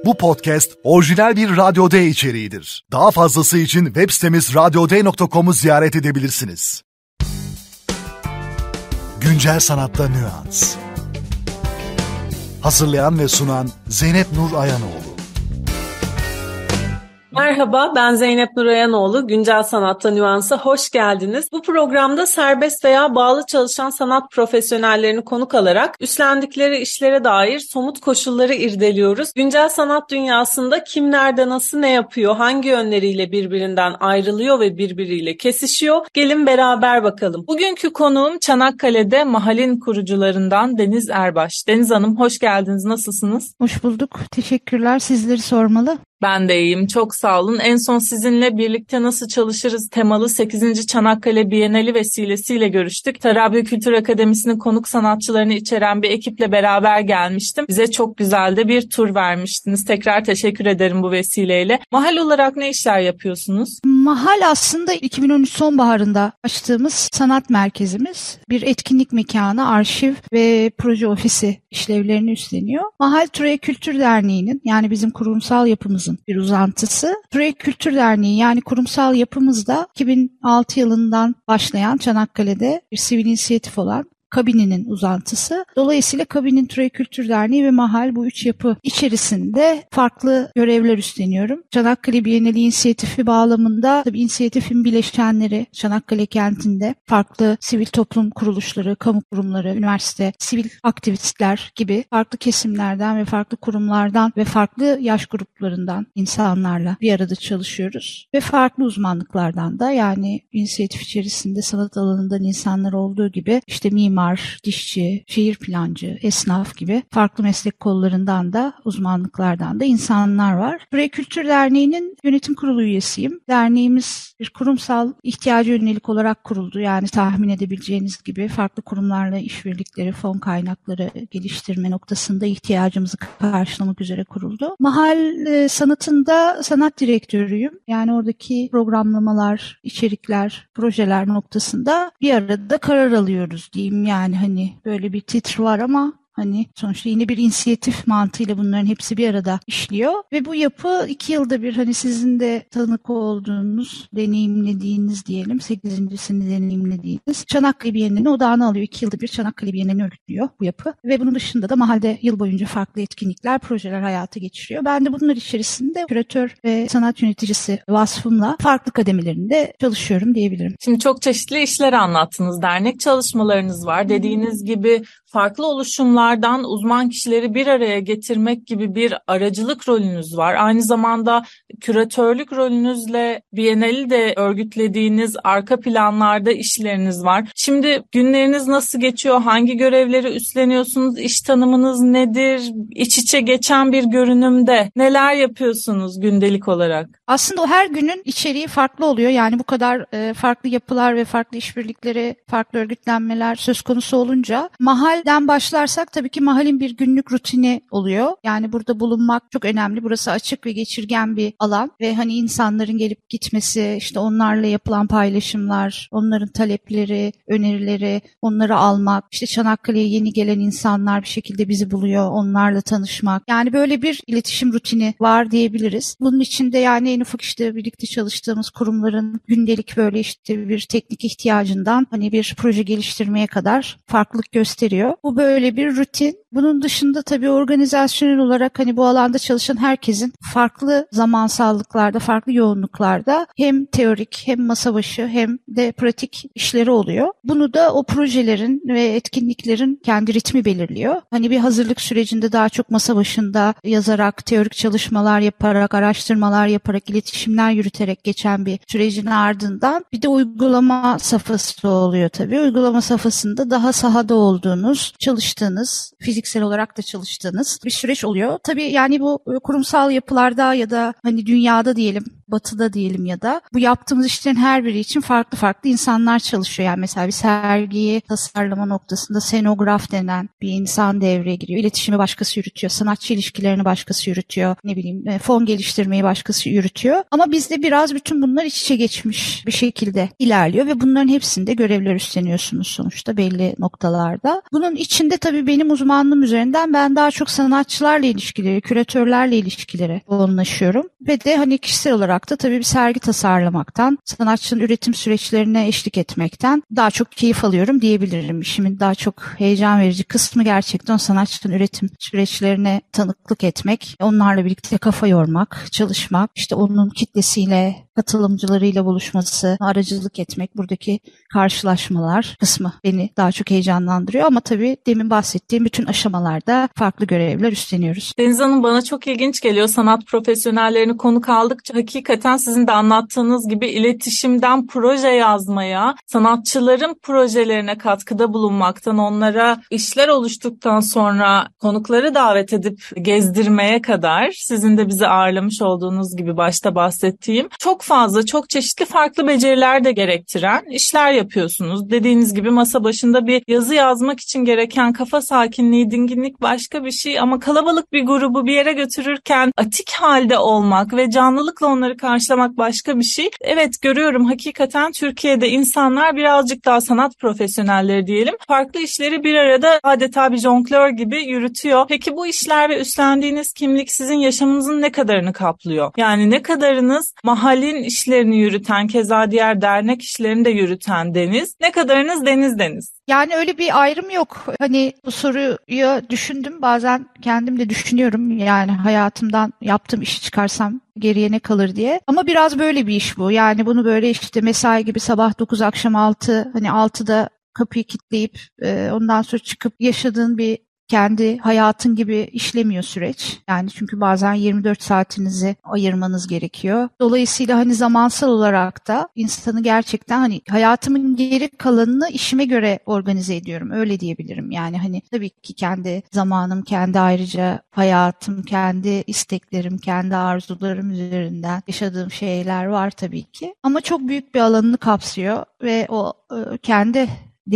Bu podcast orijinal bir Radyo D içeriğidir. Daha fazlası için web sitemiz radyoday.com'u ziyaret edebilirsiniz. Güncel sanatta nüans. Hazırlayan ve sunan Zeynep Nur Ayanoğlu. Merhaba, ben Zeynep Nur Ayanoğlu. Güncel Sanatta Nüans'a hoş geldiniz. Bu programda serbest veya bağlı çalışan sanat profesyonellerini konuk alarak üstlendikleri işlere dair somut koşulları irdeliyoruz. Güncel sanat dünyasında kim nerede nasıl ne yapıyor, hangi yönleriyle birbirinden ayrılıyor ve birbiriyle kesişiyor? Gelin beraber bakalım. Bugünkü konuğum Çanakkale'de Mahal'in kurucularından Deniz Erbaş. Deniz Hanım hoş geldiniz. Nasılsınız? Hoş bulduk. Teşekkürler. Sizleri sormalı. Ben de iyiyim. Çok sağ olun. En son sizinle birlikte nasıl çalışırız temalı 8. Çanakkale Bienali vesilesiyle görüştük. Tarabya Kültür Akademisi'nin konuk sanatçılarını içeren bir ekiple beraber gelmiştim. Bize çok güzel de bir tur vermiştiniz. Tekrar teşekkür ederim bu vesileyle. Mahal olarak ne işler yapıyorsunuz? Mahal aslında 2013 sonbaharında açtığımız sanat merkezimiz. Bir etkinlik mekanı, arşiv ve proje ofisi işlevlerini üstleniyor. Mahal Türe Kültür Derneği'nin, yani bizim kurumsal yapımızın bir uzantısı. Türe Kültür Derneği, yani kurumsal yapımızda 2006 yılından başlayan Çanakkale'de bir sivil inisiyatif olan Kabininin uzantısı. Dolayısıyla Kabinin Türe Kültür Derneği ve Mahal, bu üç yapı içerisinde farklı görevler üstleniyorum. Çanakkale Bienali inisiyatifi bağlamında tabii inisiyatifin bileşenleri Çanakkale kentinde farklı sivil toplum kuruluşları, kamu kurumları, üniversite, sivil aktivistler gibi farklı kesimlerden ve farklı kurumlardan ve farklı yaş gruplarından insanlarla bir arada çalışıyoruz. Ve farklı uzmanlıklardan da, yani inisiyatif içerisinde sanat alanından insanlar olduğu gibi işte mimar, dişçi, şehir plancı, esnaf gibi farklı meslek kollarından da, uzmanlıklardan da insanlar var. Türe Kültür Derneği'nin yönetim kurulu üyesiyim. Derneğimiz bir kurumsal ihtiyaca yönelik olarak kuruldu. Yani tahmin edebileceğiniz gibi farklı kurumlarla işbirlikleri, fon kaynakları geliştirme noktasında ihtiyacımızı karşılamak üzere kuruldu. Mahal sanatında sanat direktörüyüm. Yani oradaki programlamalar, içerikler, projeler noktasında bir arada karar alıyoruz diyeyim. Yani hani böyle bir titr var ama hani sonuçta yine bir inisiyatif mantığıyla bunların hepsi bir arada işliyor. Ve bu yapı 2 yılda bir, hani sizin de tanık olduğunuz, deneyimlediğiniz diyelim, 8.sini deneyimlediğiniz Çanakkale Bienali'ni odağına alıyor. 2 yılda bir Çanakkale Bienali'ni örgütlüyor bu yapı. Ve bunun dışında da Mahal'de yıl boyunca farklı etkinlikler, projeler hayata geçiriyor. Ben de bunlar içerisinde küratör ve sanat yöneticisi vasfımla farklı kademelerinde çalışıyorum diyebilirim. Şimdi çok çeşitli işler anlattınız. Dernek çalışmalarınız var. Dediğiniz gibi farklı oluşumlardan uzman kişileri bir araya getirmek gibi bir aracılık rolünüz var. Aynı zamanda küratörlük rolünüzle Bienali de örgütlediğiniz arka planlarda işleriniz var. Şimdi günleriniz nasıl geçiyor? Hangi görevleri üstleniyorsunuz? İş tanımınız nedir? İç içe geçen bir görünümde neler yapıyorsunuz gündelik olarak? Aslında o her günün içeriği farklı oluyor. Yani bu kadar farklı yapılar ve farklı işbirlikleri, farklı örgütlenmeler söz konusu olunca Mahal'den başlarsak tabii ki Mahal'in bir günlük rutini oluyor. Yani burada bulunmak çok önemli. Burası açık ve geçirgen bir alan ve hani insanların gelip gitmesi, işte onlarla yapılan paylaşımlar, onların talepleri, önerileri, onları almak, işte Çanakkale'ye yeni gelen insanlar bir şekilde bizi buluyor, onlarla tanışmak. Yani böyle bir iletişim rutini var diyebiliriz. Bunun içinde yani en ufak işte birlikte çalıştığımız kurumların gündelik böyle işte bir teknik ihtiyacından hani bir proje geliştirmeye kadar farklılık gösteriyor. Bu böyle bir rutin. Bunun dışında tabii organizasyonel olarak hani bu alanda çalışan herkesin farklı zamansallıklarda, farklı yoğunluklarda hem teorik hem masa başı hem de pratik işleri oluyor. Bunu da o projelerin ve etkinliklerin kendi ritmi belirliyor. Hani bir hazırlık sürecinde daha çok masa başında yazarak, teorik çalışmalar yaparak, araştırmalar yaparak, iletişimler yürüterek geçen bir sürecin ardından bir de uygulama safhası oluyor tabii. Uygulama safhasında daha sahada olduğunuz, çalıştığınız, fiziksel olarak da çalıştığınız bir süreç oluyor. Tabii yani bu kurumsal yapılarda ya da hani dünyada diyelim Batı'da diyelim ya da bu yaptığımız işlerin her biri için farklı farklı insanlar çalışıyor. Yani mesela bir sergiyi tasarlama noktasında scenograf denen bir insan devreye giriyor. İletişimi başkası yürütüyor. Sanatçı ilişkilerini başkası yürütüyor. Ne bileyim fon geliştirmeyi başkası yürütüyor. Ama bizde biraz bütün bunlar iç içe geçmiş bir şekilde ilerliyor ve bunların hepsinde görevler üstleniyorsunuz sonuçta belli noktalarda. Bunun içinde tabii benim uzmanlığım üzerinden ben daha çok sanatçılarla ilişkileri, küratörlerle ilişkileri yoğunlaşıyorum. Ve de hani kişisel olarak da tabii bir sergi tasarlamaktan, sanatçının üretim süreçlerine eşlik etmekten daha çok keyif alıyorum diyebilirim. İşimin daha çok heyecan verici kısmı gerçekten sanatçının üretim süreçlerine tanıklık etmek, onlarla birlikte kafa yormak, çalışmak, işte onun kitlesiyle, katılımcılarıyla buluşması, aracılık etmek, buradaki karşılaşmalar kısmı beni daha çok heyecanlandırıyor. Ama tabii demin bahsettiğim bütün aşamalarda farklı görevler üstleniyoruz. Deniz Hanım, bana çok ilginç geliyor. Sanat profesyonellerini konuk aldıkça hakikaten sizin de anlattığınız gibi iletişimden proje yazmaya, sanatçıların projelerine katkıda bulunmaktan, onlara işler oluştuktan sonra konukları davet edip gezdirmeye kadar, sizin de bizi ağırlamış olduğunuz gibi başta bahsettiğim çok fazla, çok çeşitli farklı beceriler de gerektiren işler yapıyorsunuz. Dediğiniz gibi masa başında bir yazı yazmak için gereken kafa sakinliği, dinginlik başka bir şey ama kalabalık bir grubu bir yere götürürken atik halde olmak ve canlılıkla onları karşılamak başka bir şey. Evet, görüyorum hakikaten Türkiye'de insanlar birazcık daha sanat profesyonelleri diyelim, farklı işleri bir arada adeta bir jonglör gibi yürütüyor. Peki bu işler ve üstlendiğiniz kimlik sizin yaşamınızın ne kadarını kaplıyor? Yani ne kadarınız mahallin işlerini yürüten, keza diğer dernek işlerini de yürüten Deniz, ne kadarınız Deniz? Yani öyle bir ayrım yok. Hani bu soruyu düşündüm. Bazen kendim de düşünüyorum. Yani hayatımdan yaptığım işi çıkarsam geriye ne kalır diye. Ama biraz böyle bir iş bu. Yani bunu böyle işte mesai gibi sabah 9 akşam 6, hani 6'da kapıyı kilitleyip ondan sonra çıkıp yaşadığın bir kendi hayatın gibi işlemiyor süreç. Yani çünkü bazen 24 saatinizi ayırmanız gerekiyor. Dolayısıyla hani zamansal olarak da insanı gerçekten hani hayatımın geri kalanını işime göre organize ediyorum. Öyle diyebilirim. Yani hani tabii ki kendi zamanım, kendi ayrıca hayatım, kendi isteklerim, kendi arzularım üzerinden yaşadığım şeyler var tabii ki. Ama çok büyük bir alanını kapsıyor ve o kendi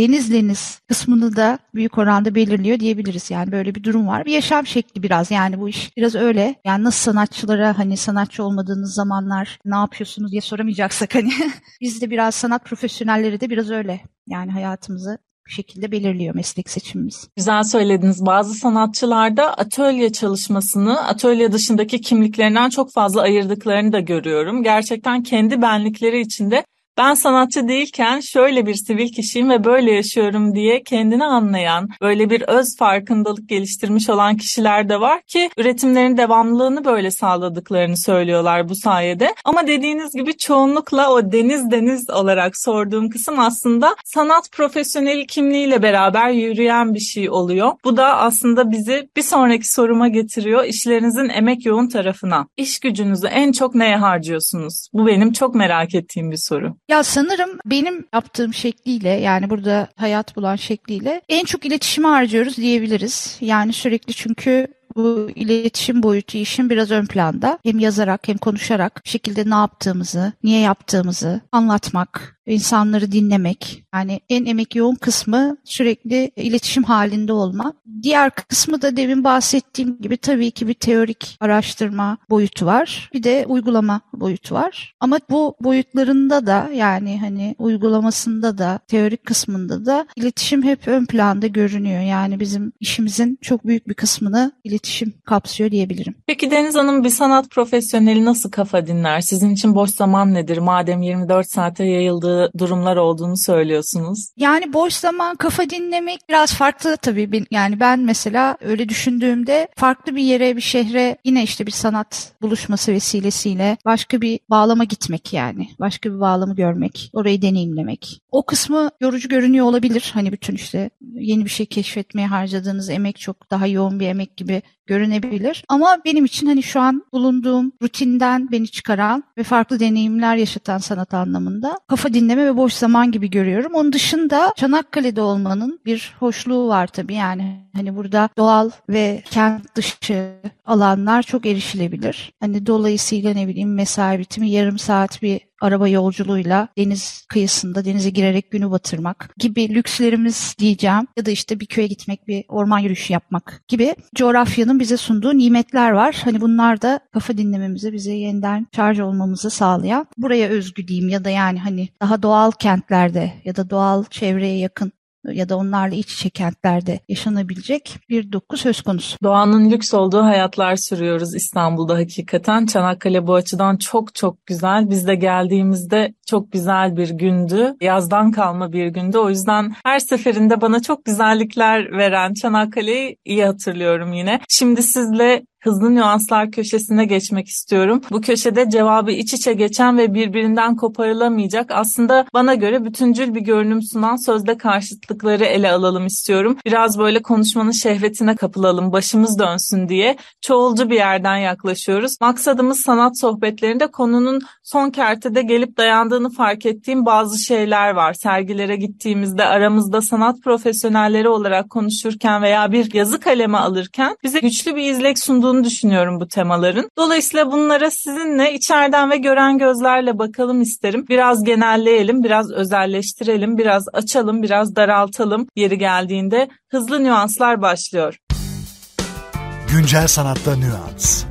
deniz kısmını da büyük oranda belirliyor diyebiliriz. Yani böyle bir durum var. Bir yaşam şekli biraz, yani bu iş biraz öyle. Yani nasıl sanatçılara hani sanatçı olmadığınız zamanlar ne yapıyorsunuz diye soramayacaksak hani biz de biraz sanat profesyonelleri de biraz öyle. Yani hayatımızı bir şekilde belirliyor meslek seçimimiz. Güzel söylediniz. Bazı sanatçılarda atölye çalışmasını atölye dışındaki kimliklerinden çok fazla ayırdıklarını da görüyorum. Gerçekten kendi benlikleri içinde ben sanatçı değilken şöyle bir sivil kişiyim ve böyle yaşıyorum diye kendini anlayan, böyle bir öz farkındalık geliştirmiş olan kişiler de var ki üretimlerin devamlılığını böyle sağladıklarını söylüyorlar bu sayede. Ama dediğiniz gibi çoğunlukla o deniz olarak sorduğum kısım aslında sanat profesyoneli kimliğiyle beraber yürüyen bir şey oluyor. Bu da aslında bizi bir sonraki soruma getiriyor. İşlerinizin emek yoğun tarafına. İş gücünüzü en çok neye harcıyorsunuz? Bu benim çok merak ettiğim bir soru. Ya sanırım benim yaptığım şekliyle, yani burada hayat bulan şekliyle en çok iletişime harcıyoruz diyebiliriz. Yani sürekli, çünkü bu iletişim boyutu işin biraz ön planda. Hem yazarak hem konuşarak bir şekilde ne yaptığımızı, niye yaptığımızı anlatmak, insanları dinlemek. Yani en emek yoğun kısmı sürekli iletişim halinde olmak. Diğer kısmı da demin bahsettiğim gibi tabii ki bir teorik araştırma boyutu var. Bir de uygulama boyutu var. Ama bu boyutlarında da, yani hani uygulamasında da, teorik kısmında da iletişim hep ön planda görünüyor. Yani bizim işimizin çok büyük bir kısmını iletişim kapsıyor diyebilirim. Peki Deniz Hanım, bir sanat profesyoneli nasıl kafa dinler? Sizin için boş zaman nedir? Madem 24 saate yayıldığı durumlar olduğunu söylüyorsunuz. Yani boş zaman, kafa dinlemek biraz farklı tabii. Yani ben mesela öyle düşündüğümde farklı bir yere, bir şehre, yine işte bir sanat buluşması vesilesiyle başka bir bağlama gitmek yani. Başka bir bağlamı görmek, orayı deneyimlemek. O kısmı yorucu görünüyor olabilir. Hani bütün işte yeni bir şey keşfetmeye harcadığınız emek çok daha yoğun bir emek gibi görünebilir. Ama benim için hani şu an bulunduğum rutinden beni çıkaran ve farklı deneyimler yaşatan sanat anlamında kafa dinleme ve boş zaman gibi görüyorum. Onun dışında Çanakkale'de olmanın bir hoşluğu var tabii. Yani hani burada doğal ve kent dışı alanlar çok erişilebilir. Hani dolayısıyla ne bileyim mesai bitimi yarım saat bir araba yolculuğuyla deniz kıyısında denize girerek günü batırmak gibi lükslerimiz diyeceğim ya da işte bir köye gitmek, bir orman yürüyüşü yapmak gibi coğrafyanın bize sunduğu nimetler var. Hani bunlar da kafa dinlememizi, bize yeniden şarj olmamızı sağlayan, buraya özgü diyeyim ya da yani hani daha doğal kentlerde ya da doğal çevreye yakın ya da onlarla iç içe kentlerde yaşanabilecek bir doku söz konusu. Doğanın lüks olduğu hayatlar sürüyoruz İstanbul'da hakikaten. Çanakkale bu açıdan çok çok güzel. Biz de geldiğimizde çok güzel bir gündü. Yazdan kalma bir gündü. O yüzden her seferinde bana çok güzellikler veren Çanakkale'yi iyi hatırlıyorum yine. Şimdi sizle Hızlı Nüanslar köşesine geçmek istiyorum. Bu köşede cevabı iç içe geçen ve birbirinden koparılamayacak, aslında bana göre bütüncül bir görünüm sunan sözde karşıtlıkları ele alalım istiyorum. Biraz böyle konuşmanın şehvetine kapılalım, başımız dönsün diye çoğulcu bir yerden yaklaşıyoruz. Maksadımız sanat sohbetlerinde konunun son kertede gelip dayandığını fark ettiğim bazı şeyler var. Sergilere gittiğimizde aramızda sanat profesyonelleri olarak konuşurken veya bir yazı kaleme alırken bize güçlü bir izlek sunduğunu düşünüyorum bu temaların. Dolayısıyla bunlara sizinle içeriden ve gören gözlerle bakalım isterim. Biraz genelleyelim, biraz özelleştirelim, biraz açalım, biraz daraltalım yeri geldiğinde. Hızlı Nüanslar başlıyor. Güncel sanatta nüans.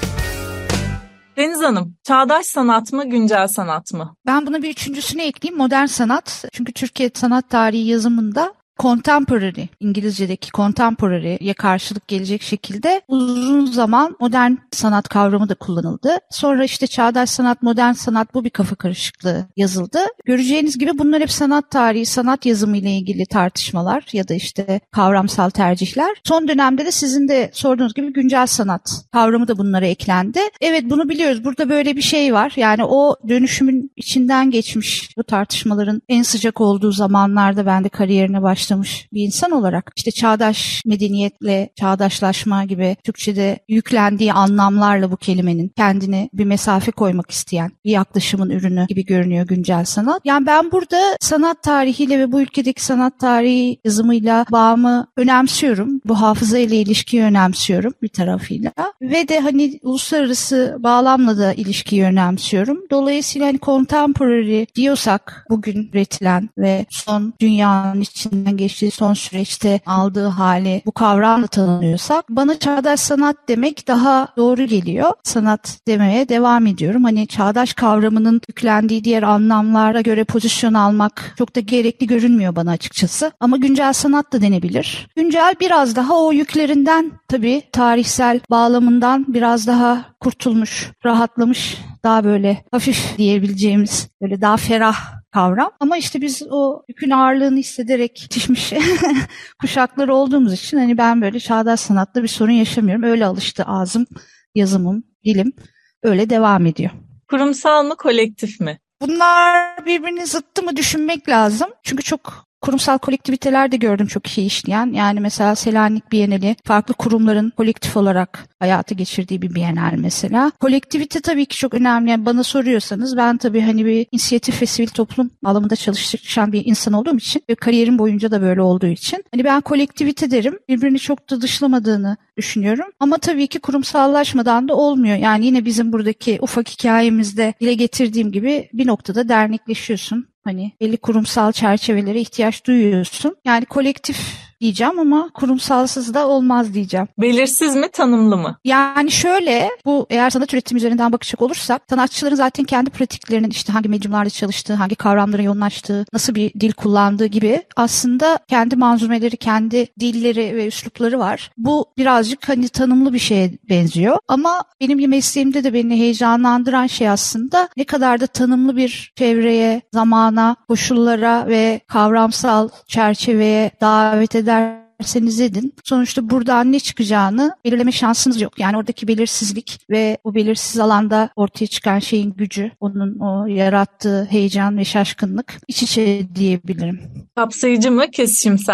Deniz Hanım, çağdaş sanat mı, güncel sanat mı? Ben buna bir üçüncüsünü ekleyeyim, modern sanat. Çünkü Türkiye sanat tarihi yazımında contemporary, İngilizce'deki contemporary'ye karşılık gelecek şekilde uzun zaman modern sanat kavramı da kullanıldı. Sonra işte çağdaş sanat, modern sanat, bu bir kafa karışıklığı yazıldı. Göreceğiniz gibi bunlar hep sanat tarihi, sanat yazımı ile ilgili tartışmalar ya da işte kavramsal tercihler. Son dönemde de sizin de sorduğunuz gibi güncel sanat kavramı da bunlara eklendi. Evet, bunu biliyoruz. Burada böyle bir şey var. Yani o dönüşümün içinden geçmiş, bu tartışmaların en sıcak olduğu zamanlarda ben de kariyerine başlamış bir insan olarak işte çağdaş medeniyetle çağdaşlaşma gibi Türkçe'de yüklendiği anlamlarla bu kelimenin kendine bir mesafe koymak isteyen bir yaklaşımın ürünü gibi görünüyor güncel sanat. Yani ben burada sanat tarihiyle ve bu ülkedeki sanat tarihi yazımıyla bağımı önemsiyorum. Bu hafıza ile ilişkiyi önemsiyorum bir tarafıyla. Ve de hani uluslararası bağlamla da ilişkiyi önemsiyorum. Dolayısıyla hani contemporary diyorsak bugün üretilen ve son dünyanın içinden geçtiği son süreçte aldığı hali bu kavramla tanımlıyorsak bana çağdaş sanat demek daha doğru geliyor. Sanat demeye devam ediyorum. Hani çağdaş kavramının yüklendiği diğer anlamlara göre pozisyon almak çok da gerekli görünmüyor bana açıkçası. Ama güncel sanat da denebilir. Güncel biraz daha o yüklerinden, tabii tarihsel bağlamından biraz daha kurtulmuş, rahatlamış, daha böyle hafif diyebileceğimiz, böyle daha ferah kavram. Ama işte biz o yükün ağırlığını hissederek yetişmiş kuşaklar olduğumuz için hani ben böyle çağdaş sanatta bir sorun yaşamıyorum. Öyle alıştı ağzım, yazımım, dilim öyle devam ediyor. Kurumsal mı, kolektif mi? Bunlar birbirinin zıttı mı düşünmek lazım. Çünkü çok kurumsal kolektiviteler de gördüm çok iyi işleyen. Yani mesela Selanik Bienali farklı kurumların kolektif olarak hayata geçirdiği bir bienal mesela. Kolektivite tabii ki çok önemli. Yani bana soruyorsanız ben tabii hani bir inisiyatif ve sivil toplum alanında çalışan bir insan olduğum için ve kariyerim boyunca da böyle olduğu için hani ben kolektivite derim. Birbirini çok da dışlamadığını düşünüyorum. Ama tabii ki kurumsallaşmadan da olmuyor. Yani yine bizim buradaki ufak hikayemizde dile getirdiğim gibi bir noktada dernekleşiyorsun. Hani belli kurumsal çerçevelere ihtiyaç duyuyorsun. Yani kolektif diyeceğim ama kurumsalsız da olmaz diyeceğim. Belirsiz mi, tanımlı mı? Yani şöyle, bu eğer sanat üretimi üzerinden bakacak olursak, sanatçıların zaten kendi pratiklerinin işte hangi mecralarda çalıştığı, hangi kavramlara yoğunlaştığı, nasıl bir dil kullandığı gibi aslında kendi manzumeleri, kendi dilleri ve üslupları var. Bu birazcık hani tanımlı bir şeye benziyor. Ama benim mesleğimde de beni heyecanlandıran şey aslında ne kadar da tanımlı bir çevreye, zamana, koşullara ve kavramsal çerçeveye davet ederseniz edin. Sonuçta buradan ne çıkacağını belirleme şansınız yok. Yani oradaki belirsizlik ve o belirsiz alanda ortaya çıkan şeyin gücü, onun o yarattığı heyecan ve şaşkınlık iç içe diyebilirim. Kapsayıcı mı, kesişimsel mi?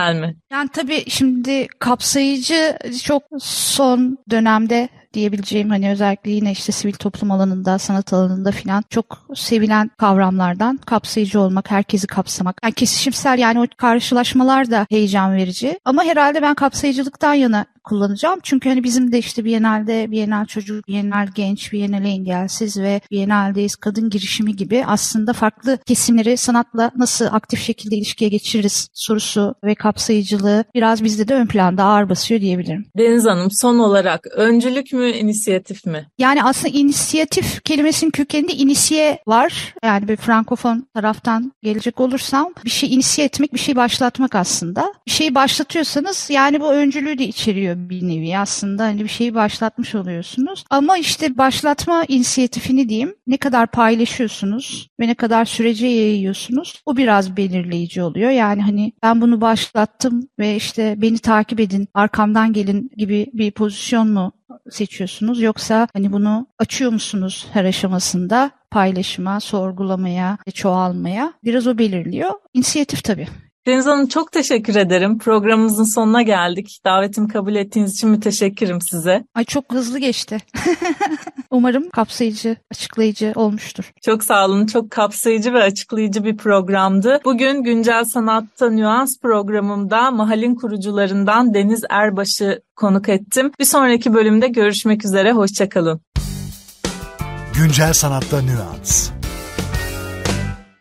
Yani tabii şimdi kapsayıcı çok son dönemde diyebileceğim, hani özellikle yine işte sivil toplum alanında, sanat alanında filan çok sevilen kavramlardan kapsayıcı olmak, herkesi kapsamak. Yani kesişimsel, yani o karşılaşmalar da heyecan verici. Ama herhalde ben kapsayıcılıktan yana kullanacağım. Çünkü hani bizim de işte Biennale'de Biennale Çocuk, Biennale Genç, Biennale Engelsiz ve Biennale'deyiz Kadın girişimi gibi aslında farklı kesimleri sanatla nasıl aktif şekilde ilişkiye geçiririz sorusu ve kapsayıcılığı biraz bizde de ön planda ağır basıyor diyebilirim. Deniz Hanım, son olarak öncülük mü, inisiyatif mi? Yani aslında inisiyatif kelimesinin kökeninde inisiye var. Yani bir Frankofon taraftan gelecek olursam bir şey inisiye etmek, bir şey başlatmak aslında. Bir şeyi başlatıyorsanız yani bu öncülüğü de içeriyor bir nevi aslında. Hani bir şeyi başlatmış oluyorsunuz. Ama işte başlatma inisiyatifini diyeyim, ne kadar paylaşıyorsunuz ve ne kadar sürece yayıyorsunuz, o biraz belirleyici oluyor. Yani hani ben bunu başlattım ve işte beni takip edin, arkamdan gelin gibi bir pozisyon mu seçiyorsunuz, yoksa hani bunu açıyor musunuz her aşamasında paylaşıma, sorgulamaya, çoğalmaya? Biraz o belirliyor. İnisiyatif tabii. Deniz Hanım, çok teşekkür ederim. Programımızın sonuna geldik. Davetimi kabul ettiğiniz için müteşekkirim size. Ay, çok hızlı geçti. Umarım kapsayıcı, açıklayıcı olmuştur. Çok sağ olun. Çok kapsayıcı ve açıklayıcı bir programdı. Bugün Güncel Sanatta Nüans programımda Mahal'in kurucularından Deniz Erbaş'ı konuk ettim. Bir sonraki bölümde görüşmek üzere. Hoşça kalın. Güncel Sanatta Nüans.